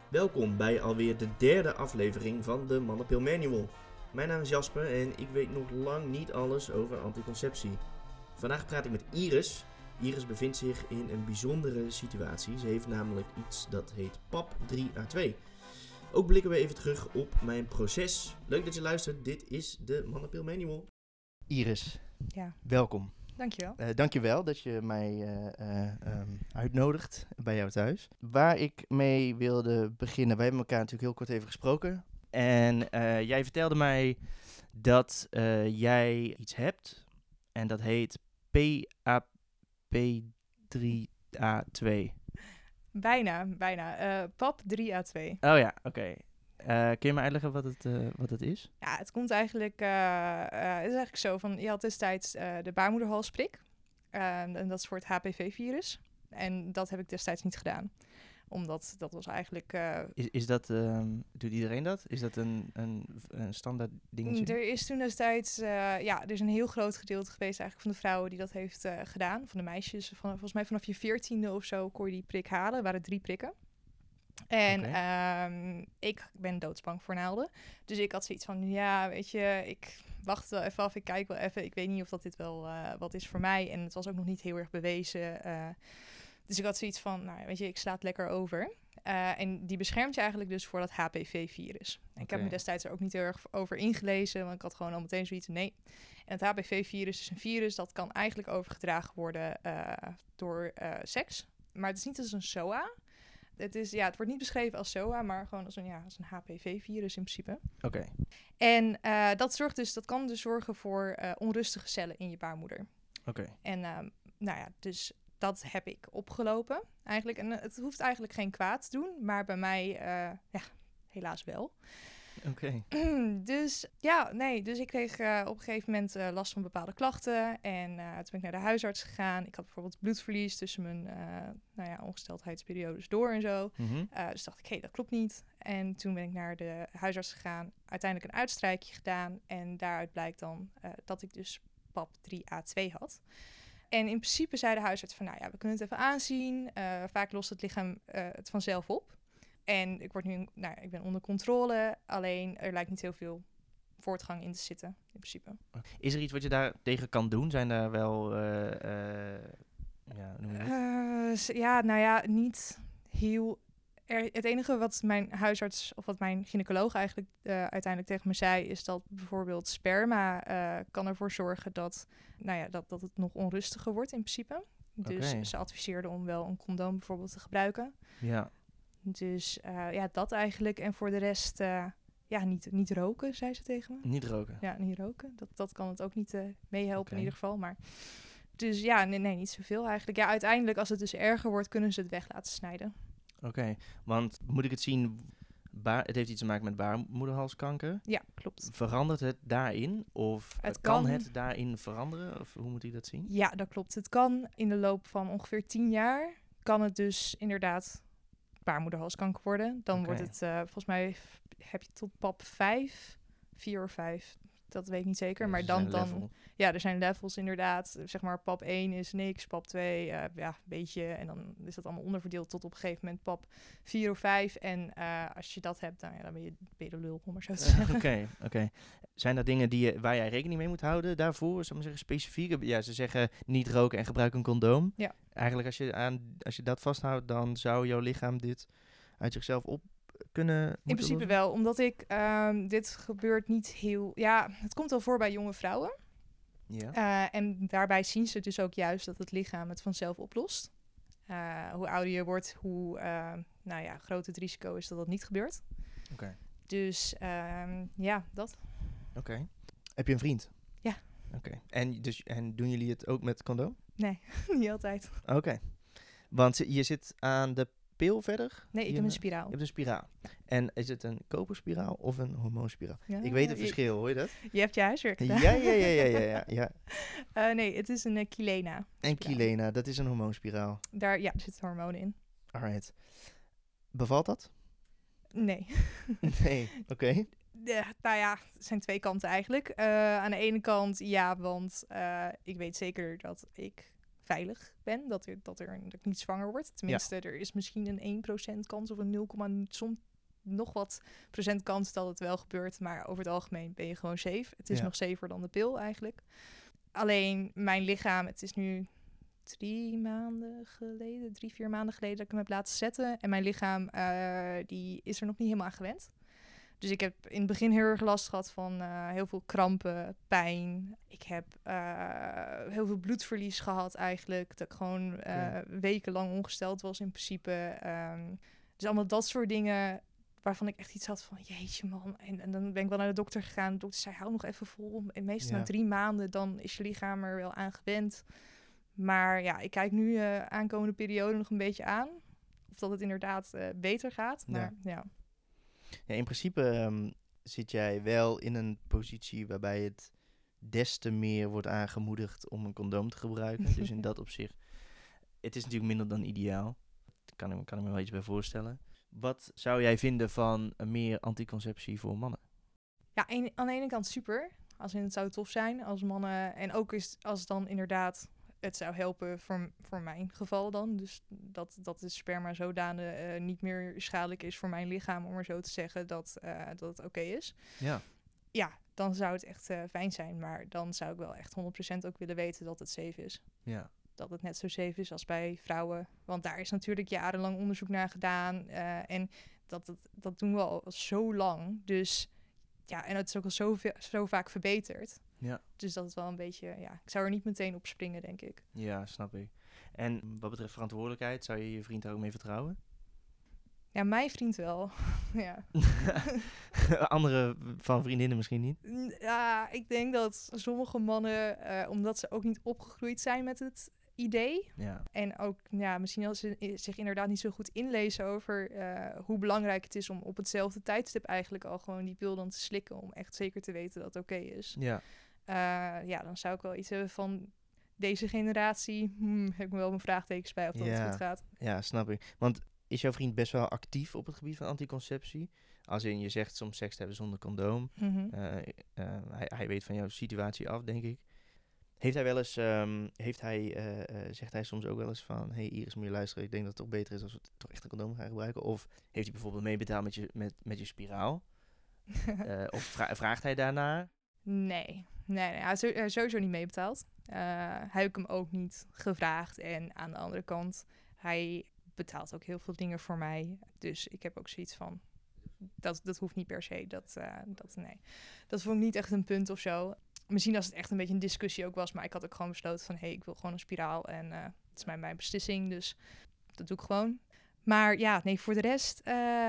Welkom bij alweer de derde aflevering van de Mannenpil Manual. Mijn naam is Jasper en ik weet nog lang niet alles over anticonceptie. Vandaag praat ik met Iris. Iris bevindt zich in een bijzondere situatie. Ze heeft namelijk iets dat heet PAP 3A2. Ook blikken we even terug op mijn proces. Leuk dat je luistert, dit is de Mannenpil Manual. Iris, Ja, welkom. dankjewel. Dankjewel dat je mij uitnodigt bij jou thuis. Waar ik mee wilde beginnen, wij hebben elkaar natuurlijk heel kort even gesproken. En jij vertelde mij dat jij iets hebt en dat heet PAP3A2. Bijna. PAP 3A2. Oh ja, oké. Kun je me uitleggen wat het is? Ja, het komt eigenlijk, het is eigenlijk zo van, je had destijds de baarmoederhalsprik. En dat is voor het HPV-virus. En dat heb ik destijds niet gedaan. Omdat dat was eigenlijk... Is dat, doet iedereen dat? Is dat een standaard dingetje? Er is toen destijds, er is een heel groot gedeelte geweest eigenlijk van de vrouwen die dat heeft gedaan. Van de meisjes, volgens mij vanaf je 14e of zo kon je die prik halen. Er waren 3 prikken. En ik ben doodsbang voor naalden. Dus ik had zoiets van, ja, weet je, ik wacht wel even af. Ik kijk wel even. Ik weet niet of dat dit wel wat is voor mij. En het was ook nog niet heel erg bewezen. Dus ik had zoiets van, nou, weet je, ik sla het lekker over. En die beschermt je eigenlijk dus voor dat HPV-virus. Ik heb me destijds er ook niet heel erg over ingelezen. Want ik had gewoon al meteen zoiets, nee. En het HPV-virus is een virus dat kan eigenlijk overgedragen worden door seks. Maar het is niet als een SOA. Het wordt niet beschreven als SOA, maar gewoon als een HPV-virus in principe. Oké. En dat kan dus zorgen voor onrustige cellen in je baarmoeder. Oké. En dus dat heb ik opgelopen eigenlijk. En het hoeft eigenlijk geen kwaad te doen, maar bij mij helaas wel. Oké. Dus ik kreeg op een gegeven moment last van bepaalde klachten. En toen ben ik naar de huisarts gegaan. Ik had bijvoorbeeld bloedverlies tussen mijn ongesteldheidsperiodes door en zo. Mm-hmm. Dus dacht ik, dat klopt niet. En toen ben ik naar de huisarts gegaan. Uiteindelijk een uitstrijkje gedaan. En daaruit blijkt dan dat ik dus PAP 3A2 had. En in principe zei de huisarts van, we kunnen het even aanzien. Vaak lost het lichaam het vanzelf op. En ik ben onder controle, alleen er lijkt niet heel veel voortgang in te zitten, in principe. Is er iets wat je daar tegen kan doen? Zijn daar wel, noem je dat? Niet heel... Het enige wat mijn huisarts of wat mijn gynaecoloog eigenlijk uiteindelijk tegen me zei, is dat bijvoorbeeld sperma kan ervoor zorgen dat het nog onrustiger wordt in principe. Dus ze adviseerden om wel een condoom bijvoorbeeld te gebruiken. Ja. Dus dat eigenlijk. En voor de rest, niet roken, zei ze tegen me. Niet roken? Ja, niet roken. Dat kan het ook niet meehelpen in ieder geval. Maar dus niet zoveel eigenlijk. Ja, uiteindelijk als het dus erger wordt, kunnen ze het weg laten snijden. Oké, want moet ik het zien, het heeft iets te maken met baarmoederhalskanker? Ja, klopt. Verandert het daarin? Of kan het daarin veranderen? Of hoe moet ik dat zien? Ja, dat klopt. Het kan in de loop van ongeveer 10 jaar, kan het dus inderdaad baarmoederhalskanker worden. Dan wordt het, volgens mij heb je tot PAP 4 of 5. Dat weet ik niet zeker. Maar er zijn levels inderdaad. Zeg maar PAP 1 is niks, PAP 2 een beetje. En dan is dat allemaal onderverdeeld tot op een gegeven moment PAP 4 of 5. En als je dat hebt, dan ben je de lul, om maar zo te zeggen. Oké. Zijn er dingen waar jij rekening mee moet houden daarvoor? Zou ik maar zeggen, specifiek? Ja, ze zeggen niet roken en gebruik een condoom. Ja. Eigenlijk als je dat vasthoudt, dan zou jouw lichaam dit uit zichzelf op kunnen in principe lossen? wel, omdat dit gebeurt niet heel... Ja, het komt wel voor bij jonge vrouwen. Ja. En daarbij zien ze dus ook juist dat het lichaam het vanzelf oplost. Hoe ouder je wordt, hoe groter het risico is dat dat niet gebeurt. Oké. Dus dat. Oké. Heb je een vriend? Ja. Oké. En doen jullie het ook met condoom? Nee, niet altijd. Oké. Want je zit aan de pil verder? Nee, ik heb een spiraal. Je hebt een spiraal. En is het een koperspiraal of een hormoonspiraal? Ja, ik weet het verschil, hoor je dat? Je hebt je huiswerk gedaan. Ja. Nee, het is een Kilena. En Kilena, dat is een hormoonspiraal. Daar zitten hormonen in. Alright. Bevalt dat? Nee. Nee, oké. Het zijn 2 kanten eigenlijk. Aan de ene kant ja, want ik weet zeker dat ik veilig ben, dat ik niet zwanger word. Tenminste, er is misschien een 1% kans of een 0, soms nog wat procent kans dat het wel gebeurt. Maar over het algemeen ben je gewoon safe. Het is nog safer dan de pil eigenlijk. Alleen mijn lichaam, het is nu 3-4 maanden geleden dat ik hem heb laten zetten. En mijn lichaam die is er nog niet helemaal aan gewend. Dus ik heb in het begin heel erg last gehad van heel veel krampen, pijn. Ik heb heel veel bloedverlies gehad eigenlijk. Dat ik gewoon wekenlang ongesteld was in principe. Dus allemaal dat soort dingen waarvan ik echt iets had van, jeetje man. En dan ben ik wel naar de dokter gegaan. De dokter zei, hou nog even vol. En meestal na 3 maanden, dan is je lichaam er wel aan gewend. Maar ja, ik kijk nu aankomende periode nog een beetje aan. Of dat het inderdaad beter gaat. Maar ja, in principe zit jij wel in een positie waarbij het des te meer wordt aangemoedigd om een condoom te gebruiken. Dus in dat opzicht, het is natuurlijk minder dan ideaal. Daar kan ik me wel iets bij voorstellen. Wat zou jij vinden van meer anticonceptie voor mannen? Ja, aan de ene kant super. Als in het zou tof zijn als mannen. En ook als dan inderdaad het zou helpen voor mijn geval dan. Dus dat de sperma zodanig niet meer schadelijk is voor mijn lichaam, om maar zo te zeggen, dat het oké is. Ja. Ja, dan zou het echt fijn zijn. Maar dan zou ik wel echt 100% ook willen weten dat het safe is. Ja. Dat het net zo safe is als bij vrouwen. Want daar is natuurlijk jarenlang onderzoek naar gedaan. En dat doen we al zo lang. Dus ja, en het is ook al zo vaak verbeterd. Ja. Dus dat is wel een beetje, ja, ik zou er niet meteen op springen, denk ik. Ja, snap ik. En wat betreft verantwoordelijkheid, zou je je vriend daar ook mee vertrouwen? Ja, mijn vriend wel. Ja. Andere van vriendinnen misschien niet? Ja, ik denk dat sommige mannen, omdat ze ook niet opgegroeid zijn met het idee. Ja. En ook misschien als ze zich inderdaad niet zo goed inlezen over hoe belangrijk het is om op hetzelfde tijdstip eigenlijk al gewoon die pil dan te slikken, om echt zeker te weten dat het oké is. Ja. Dan zou ik wel iets hebben van deze generatie. Heb ik me wel mijn vraagtekens bij of dat het goed gaat. Ja, snap ik. Want is jouw vriend best wel actief op het gebied van anticonceptie? Als in, je zegt soms seks te hebben zonder condoom. Mm-hmm. Hij weet van jouw situatie af, denk ik. Heeft hij wel eens, zegt hij soms ook wel eens van, hey Iris, moet je luisteren, ik denk dat het toch beter is als we toch echt een condoom gaan gebruiken? Of heeft hij bijvoorbeeld meebetaald met je spiraal? Of vraagt hij daarnaar? Nee. Hij is sowieso niet meebetaald. Heb ik hem ook niet gevraagd. En aan de andere kant, hij betaalt ook heel veel dingen voor mij. Dus ik heb ook zoiets van, dat hoeft niet per se. Nee. Dat vond ik niet echt een punt of zo. Misschien als het echt een beetje een discussie ook was. Maar ik had ook gewoon besloten van, ik wil gewoon een spiraal. En het is mijn beslissing, dus dat doe ik gewoon. Maar ja, nee, voor de rest,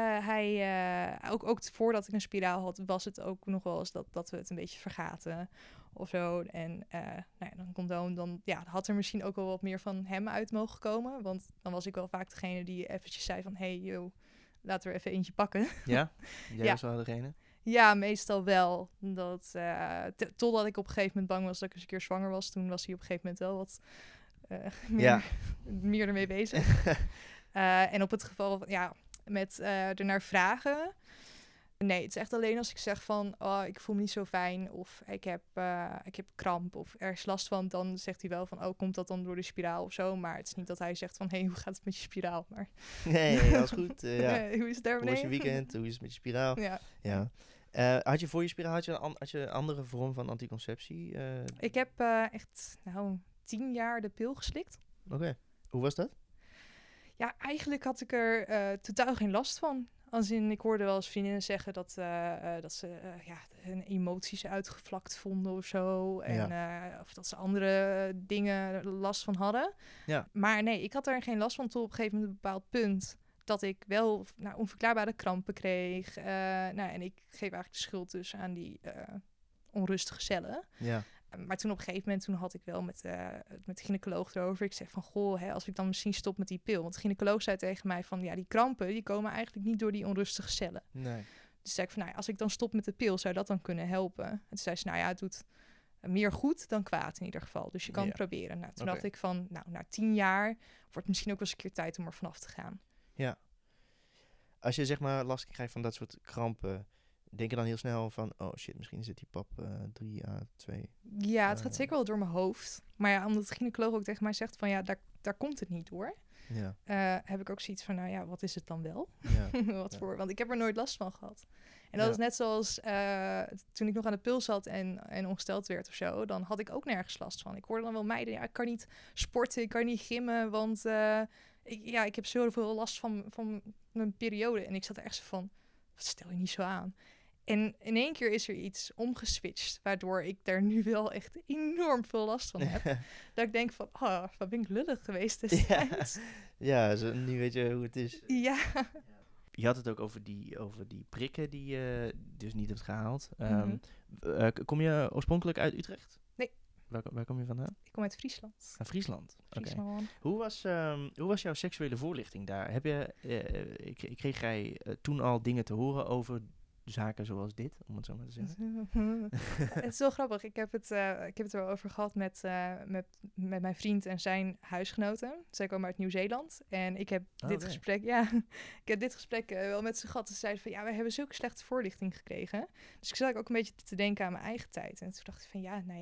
ook voordat ik een spiraal had, was het ook nog wel eens dat we het een beetje vergaten of zo. En dan condoom, dan had er misschien ook wel wat meer van hem uit mogen komen. Want dan was ik wel vaak degene die eventjes zei van, laten we even eentje pakken. Ja? Jij was wel degene? Ja, meestal wel. Totdat ik op een gegeven moment bang was dat ik eens een keer zwanger was. Toen was hij op een gegeven moment wel wat meer ermee bezig. En op het geval met ernaar vragen. Nee, het is echt alleen als ik zeg van, ik voel me niet zo fijn. Of ik heb kramp of ergens last van. Dan zegt hij wel van, komt dat dan door de spiraal of zo. Maar het is niet dat hij zegt van, hoe gaat het met je spiraal? Maar Nee, alles goed. hoe is het daarmee? Hoe was je weekend? Hoe is het met je spiraal? Ja. Had je voor je spiraal een andere vorm van anticonceptie? Ik heb echt 10 jaar de pil geslikt. Oké. Hoe was dat? Ja, eigenlijk had ik er totaal geen last van. Als in, ik hoorde wel eens vriendinnen zeggen dat ze hun emoties uitgevlakt vonden of zo. En of dat ze andere dingen last van hadden. Ja. Maar nee, ik had er geen last van tot op een gegeven moment een bepaald punt. Dat ik wel onverklaarbare krampen kreeg. En ik geef eigenlijk de schuld dus aan die onrustige cellen. Ja. Maar toen op een gegeven moment, had ik wel met de gynaecoloog erover. Ik zeg van, als ik dan misschien stop met die pil. Want de gynaecoloog zei tegen mij van, die krampen, die komen eigenlijk niet door die onrustige cellen. Nee. Dus zei ik van, als ik dan stop met de pil, zou dat dan kunnen helpen? En toen zei ze, het doet meer goed dan kwaad in ieder geval. Dus je kan het proberen. Toen dacht ik van, na 10 jaar wordt misschien ook wel eens een keer tijd om er vanaf te gaan. Ja. Als je zeg maar last krijgt van dat soort krampen, denk je dan heel snel van, oh shit, misschien zit die pap 3 à 2. Ja, het gaat zeker wel door mijn hoofd. Maar ja, omdat de gynaecoloog ook tegen mij zegt van ja, daar komt het niet door. Ja. Heb ik ook zoiets van, nou ja, wat is het dan wel? Ja. Wat voor? Want ik heb er nooit last van gehad. En dat Ja. is net zoals toen ik nog aan de pil zat en ongesteld werd of zo. Dan had ik ook nergens last van. Ik hoorde dan wel meiden, ja, ik kan niet sporten, ik kan niet gymmen. Want ik heb zoveel last van mijn periode. En ik zat er echt zo van, wat stel je niet zo aan? En in één keer is er iets omgeswitcht, waardoor ik daar nu wel echt enorm veel last van heb. Dat ik denk van, wat ben ik lullig geweest destijds. Ja, nu weet je hoe het is. Ja. Je had het ook over die prikken die je dus niet hebt gehaald. Mhm. Kom je oorspronkelijk uit Utrecht? Nee. Waar kom je vandaan? Ik kom uit Friesland. Uit Friesland. Oké. Friesland. Hoe was jouw seksuele voorlichting daar? Kreeg jij toen al dingen te horen over zaken zoals dit, om het zo maar te zeggen? Het is wel grappig. Ik heb het er wel over gehad met mijn vriend en zijn huisgenoten. Zij komen uit Nieuw-Zeeland. En ik heb dit gesprek, ik heb dit gesprek wel met ze gehad. Ze zeiden van, ja, we hebben zulke slechte voorlichting gekregen. Dus ik zat ook een beetje te denken aan mijn eigen tijd. En toen dacht ik van,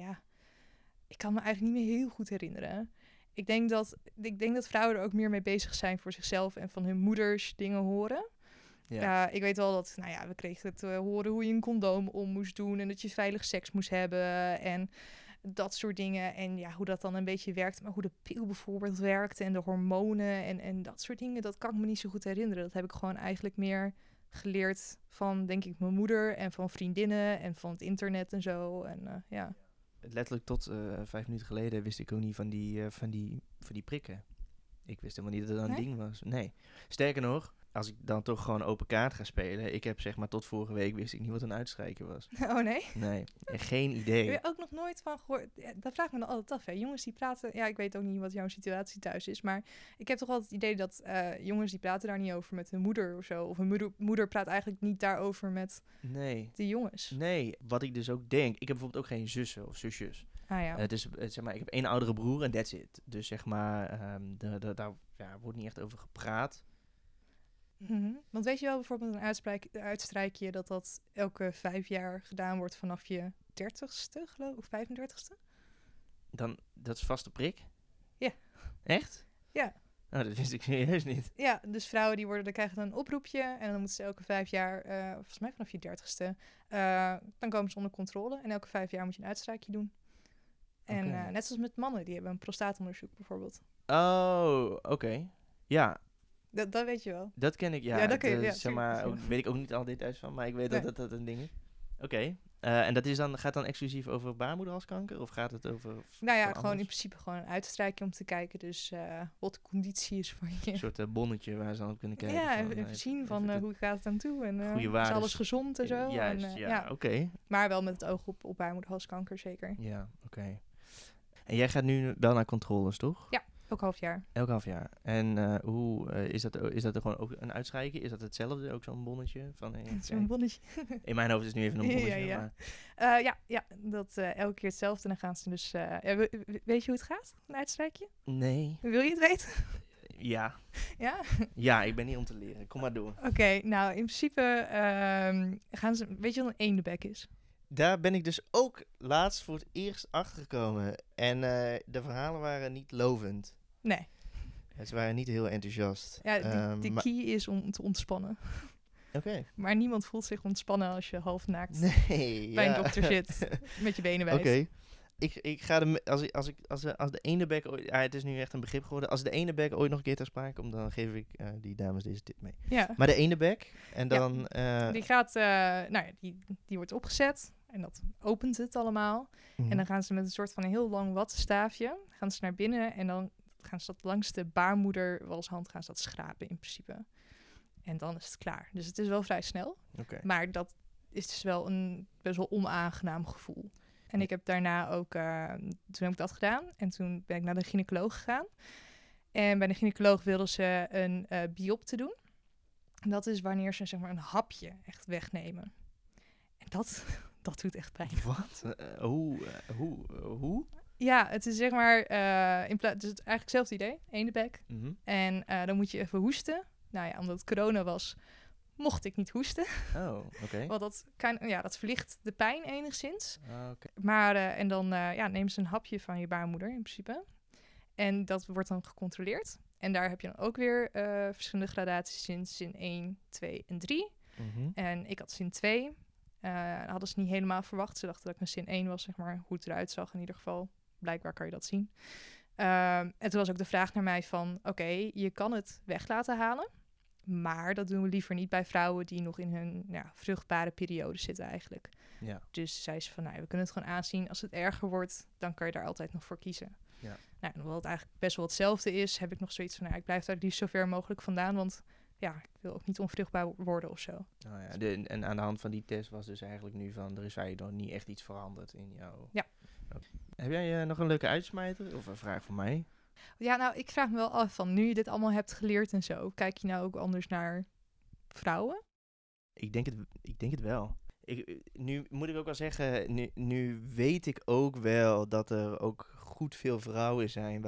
ik kan me eigenlijk niet meer heel goed herinneren. Ik denk dat vrouwen er ook meer mee bezig zijn voor zichzelf en van hun moeders dingen horen. Ja. Ik weet wel dat, we kregen te horen hoe je een condoom om moest doen en dat je veilig seks moest hebben en dat soort dingen. En ja, hoe dat dan een beetje werkt, maar hoe de pil bijvoorbeeld werkte en de hormonen en dat soort dingen, dat kan ik me niet zo goed herinneren. Dat heb ik gewoon eigenlijk meer geleerd van, denk ik, mijn moeder en van vriendinnen en van het internet en zo. En ja. Letterlijk tot 5 minuten geleden wist ik ook niet van die prikken. Ik wist helemaal niet dat dat een ding was. Nee. Sterker nog, als ik dan toch gewoon open kaart ga spelen, ik heb zeg maar tot vorige week wist ik niet wat een uitstrijker was. Oh nee? Nee, geen idee. Heb je ook nog nooit van gehoord? Ja, dat vraag ik me dan altijd af, hè. Jongens die praten, ja, ik weet ook niet wat jouw situatie thuis is, maar ik heb toch altijd het idee dat jongens die praten daar niet over met hun moeder of zo. Of hun moeder praat eigenlijk niet daarover met de jongens. Nee, wat ik dus ook denk, ik heb bijvoorbeeld ook geen zussen of zusjes. Ah ja. Zeg maar, ik heb 1 oudere broer en that's it. Dus zeg maar, daar wordt niet echt over gepraat. Mm-hmm. Want weet je wel bijvoorbeeld een uitstrijkje dat elke 5 jaar gedaan wordt vanaf je 30ste, geloof ik, of 35ste? Dat is vaste prik? Ja. Echt? Ja. Oh, dat wist ik serieus niet. Ja, dus vrouwen die krijgen dan een oproepje en dan moeten ze elke 5 jaar, volgens mij vanaf je 30ste, dan komen ze onder controle en elke 5 jaar moet je een uitstrijkje doen. En net zoals met mannen, die hebben een prostaatonderzoek bijvoorbeeld. Oh, oké. Ja. Dat weet je wel. Dat ken ik, ja. Ja, dat ken je, zeg tuurlijk. maar, weet ik ook niet al details van, maar ik weet Nee. dat een ding is. Oké. En dat is gaat dan exclusief over baarmoederhalskanker? Of gaat het over... Nou ja, voor gewoon in anders? principe gewoon een uitstrijkje om te kijken. Dus wat de conditie is voor je. Een soort bonnetje waar ze dan op kunnen kijken. Ja, van, even zien van hoe gaat het aan toe. En goede is waardes. alles gezond en zo. Juist, en, ja. Oké. Maar wel met het oog op baarmoederhalskanker, zeker. Ja, oké. En jij gaat nu wel naar controles, toch? Ja, ook half jaar. Elk half jaar. En hoe is dat er gewoon ook een uitstrijkje? Is dat hetzelfde? Ook zo'n bonnetje? Zo'n bonnetje. In mijn hoofd is het nu even een bonnetje. Ja. Maar... Dat elke keer hetzelfde. En dan gaan ze dus... weet je hoe het gaat? Een uitstrijkje? Nee. Wil je het weten? Ja. Ja? Ja, ik ben niet om te leren. Kom maar door. Oké, nou in principe gaan ze... Weet je wat een eendebek is? Daar ben ik dus ook laatst voor het eerst achter gekomen. En de verhalen waren niet lovend. Nee. Ze waren niet heel enthousiast. Ja, de key is om te ontspannen. Oké. Maar niemand voelt zich ontspannen als je half naakt Nee, bij een dokter zit met je benen wijd. Oké. Ik ga als de eendebek ooit... het is nu echt een begrip geworden. Als de eendebek ooit nog een keer ter sprake komt, dan geef ik die dames deze tip mee. Ja. Maar de eendebek, en dan... Die gaat... die wordt opgezet en dat opent het allemaal. Mhm. En dan gaan ze met een soort van een heel lang wattenstaafje gaan ze naar binnen en dan gaan ze dat langs de baarmoederwalshand gaan ze dat schrapen in principe. En dan is het klaar. Dus het is wel vrij snel. Oké. Maar dat is dus wel een best wel onaangenaam gevoel. En ik heb daarna ook, toen heb ik dat gedaan. En toen ben ik naar de gynaecoloog gegaan. En bij de gynaecoloog wilden ze een biopte doen. En dat is wanneer ze zeg maar een hapje echt wegnemen. En dat doet echt pijn. Wat? Hoe? Ja, het is zeg maar, dus het is eigenlijk hetzelfde idee. Eendebek. Mhm. En dan moet je even hoesten. Nou ja, omdat het corona was, mocht ik niet hoesten. Oh, oké. Want dat verlicht de pijn enigszins. Oké. Maar, en dan nemen ze een hapje van je baarmoeder in principe. En dat wordt dan gecontroleerd. En daar heb je dan ook weer verschillende gradaties in. Zin 1, 2 en 3. Mhm. En ik had zin 2. Hadden ze niet helemaal verwacht. Ze dachten dat ik een zin 1 was, zeg maar, hoe het eruit zag in ieder geval. Blijkbaar kan je dat zien. En toen was ook de vraag naar mij van... Oké, je kan het weg laten halen. Maar dat doen we liever niet bij vrouwen die nog in hun vruchtbare periode zitten eigenlijk. Ja. Dus zei ze van, nou, we kunnen het gewoon aanzien. Als het erger wordt, dan kan je daar altijd nog voor kiezen. Ja. Nou, en hoewel het eigenlijk best wel hetzelfde is, heb ik nog zoiets van, ik blijf daar liefst zo ver mogelijk vandaan. Want ja, ik wil ook niet onvruchtbaar worden of zo. Oh ja, en aan de hand van die test was dus eigenlijk nu van... er is eigenlijk nog niet echt iets veranderd in jou. Ja. Okay. Heb jij nog een leuke uitsmijter of een vraag voor mij? Ja, nou, ik vraag me wel af van, nu je dit allemaal hebt geleerd en zo... kijk je nou ook anders naar vrouwen? Ik denk het wel. Nu moet ik ook wel zeggen, nu weet ik ook wel dat er ook goed veel vrouwen zijn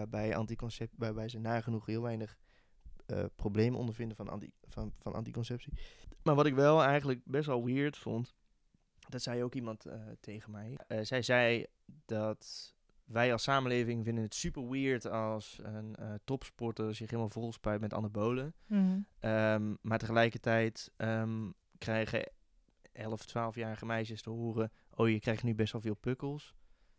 waarbij ze nagenoeg heel weinig problemen ondervinden van anticonceptie. Maar wat ik wel eigenlijk best wel weird vond, dat zei ook iemand tegen mij. Zij zei dat wij als samenleving vinden het super weird als een topsporter zich helemaal vol spuit met anabolen. Mm. Maar tegelijkertijd krijgen 11, 12-jarige meisjes te horen... oh, je krijgt nu best wel veel pukkels.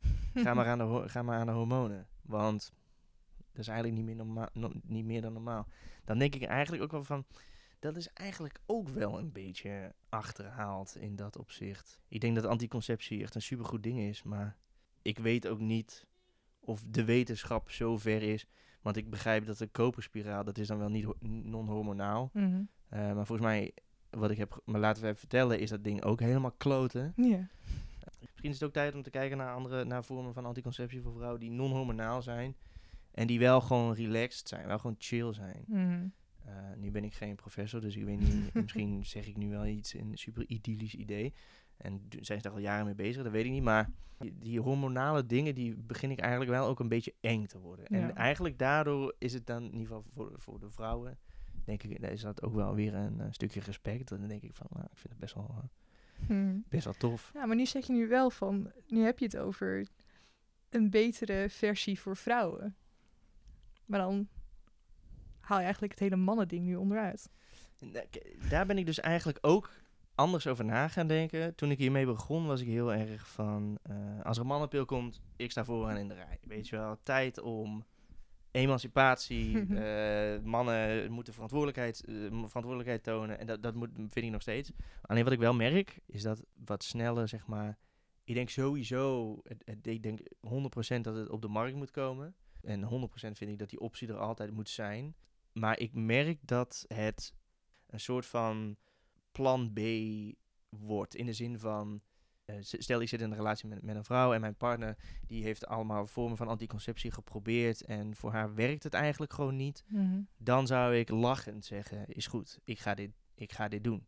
Ga maar aan de hormonen. Want dat is eigenlijk niet meer dan normaal. Dan denk ik eigenlijk ook wel van... dat is eigenlijk ook wel een beetje achterhaald in dat opzicht. Ik denk dat anticonceptie echt een supergoed ding is... maar ik weet ook niet of de wetenschap zo ver is... want ik begrijp dat de koperspiraal... dat is dan wel niet non-hormonaal. Mm-hmm. Maar volgens mij... wat ik heb me laten even vertellen, is dat ding ook helemaal kloten. Ja. Misschien is het ook tijd om te kijken naar vormen van anticonceptie voor vrouwen die non-hormonaal zijn. En die wel gewoon relaxed zijn, wel gewoon chill zijn. Mm. Nu ben ik geen professor, dus ik weet niet, misschien zeg ik nu wel een super idyllisch idee. En zijn ze daar al jaren mee bezig, dat weet ik niet. Maar die hormonale dingen, die begin ik eigenlijk wel ook een beetje eng te worden. Ja. En eigenlijk daardoor is het dan, in ieder geval voor de vrouwen... denk ik, is dat ook wel weer een stukje respect. En dan denk ik van, ik vind het best wel tof. Ja, maar nu zeg je nu wel van... nu heb je het over een betere versie voor vrouwen. Maar dan haal je eigenlijk het hele mannending nu onderuit. Daar ben ik dus eigenlijk ook anders over na gaan denken. Toen ik hiermee begon, was ik heel erg van... als er een mannenpil komt, ik sta vooraan in de rij. Weet je wel, tijd om... emancipatie, mannen moeten verantwoordelijkheid tonen. En dat vind ik nog steeds. Alleen wat ik wel merk, is dat wat sneller, zeg maar... Ik denk sowieso, ik denk 100% dat het op de markt moet komen. En 100% vind ik dat die optie er altijd moet zijn. Maar ik merk dat het een soort van plan B wordt. In de zin van... stel, ik zit in een relatie met een vrouw en mijn partner... die heeft allemaal vormen van anticonceptie geprobeerd... en voor haar werkt het eigenlijk gewoon niet. Mm-hmm. Dan zou ik lachend zeggen, is goed, ik ga dit doen.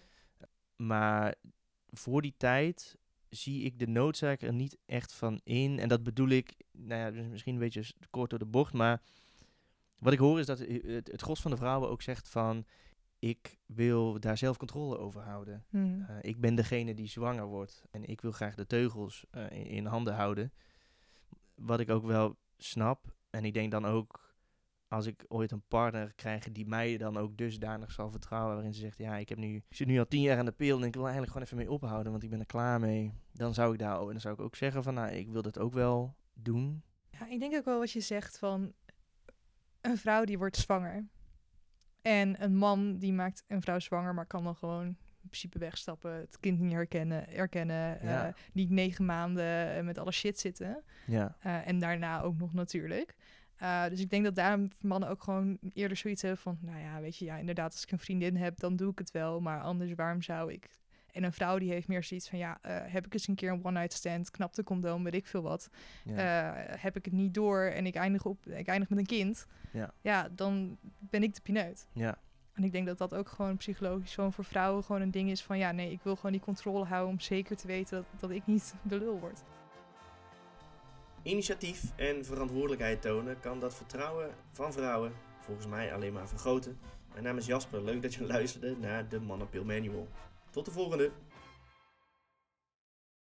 Maar voor die tijd zie ik de noodzaak er niet echt van in. En dat bedoel ik, dus misschien een beetje kort door de bocht... maar wat ik hoor is dat het gros van de vrouwen ook zegt van... ik wil daar zelf controle over houden. Ik ben degene die zwanger wordt. En ik wil graag de teugels in handen houden. Wat ik ook wel snap. En ik denk dan ook... als ik ooit een partner krijg die mij dan ook dusdanig zal vertrouwen... waarin ze zegt, ik zit nu al 10 jaar aan de pil... en ik wil eigenlijk gewoon even mee ophouden... want ik ben er klaar mee. Dan zou ik ook zeggen van... ik wil dat ook wel doen. Ja, ik denk ook wel wat je zegt van... een vrouw die wordt zwanger... En een man die maakt een vrouw zwanger, maar kan dan gewoon in principe wegstappen. Het kind niet erkennen. Ja. Niet 9 maanden met alle shit zitten. Ja. En daarna ook nog natuurlijk. Dus ik denk dat daarom mannen ook gewoon eerder zoiets hebben van... nou ja, weet je, ja, inderdaad, als ik een vriendin heb, dan doe ik het wel. Maar anders, waarom zou ik... En een vrouw die heeft meer zoiets van... heb ik eens een keer een one-night stand, knap de condoom, weet ik veel wat. Ja. Heb ik het niet door en ik eindig met een kind... Ja, dan ben ik de pineut. Ja. En ik denk dat dat ook gewoon psychologisch gewoon voor vrouwen gewoon een ding is van... ja, nee, ik wil gewoon die controle houden om zeker te weten dat ik niet de lul word. Initiatief en verantwoordelijkheid tonen kan dat vertrouwen van vrouwen volgens mij alleen maar vergroten Mijn naam is Jasper, leuk dat je luisterde naar de Mannenpil Manual. Tot de volgende!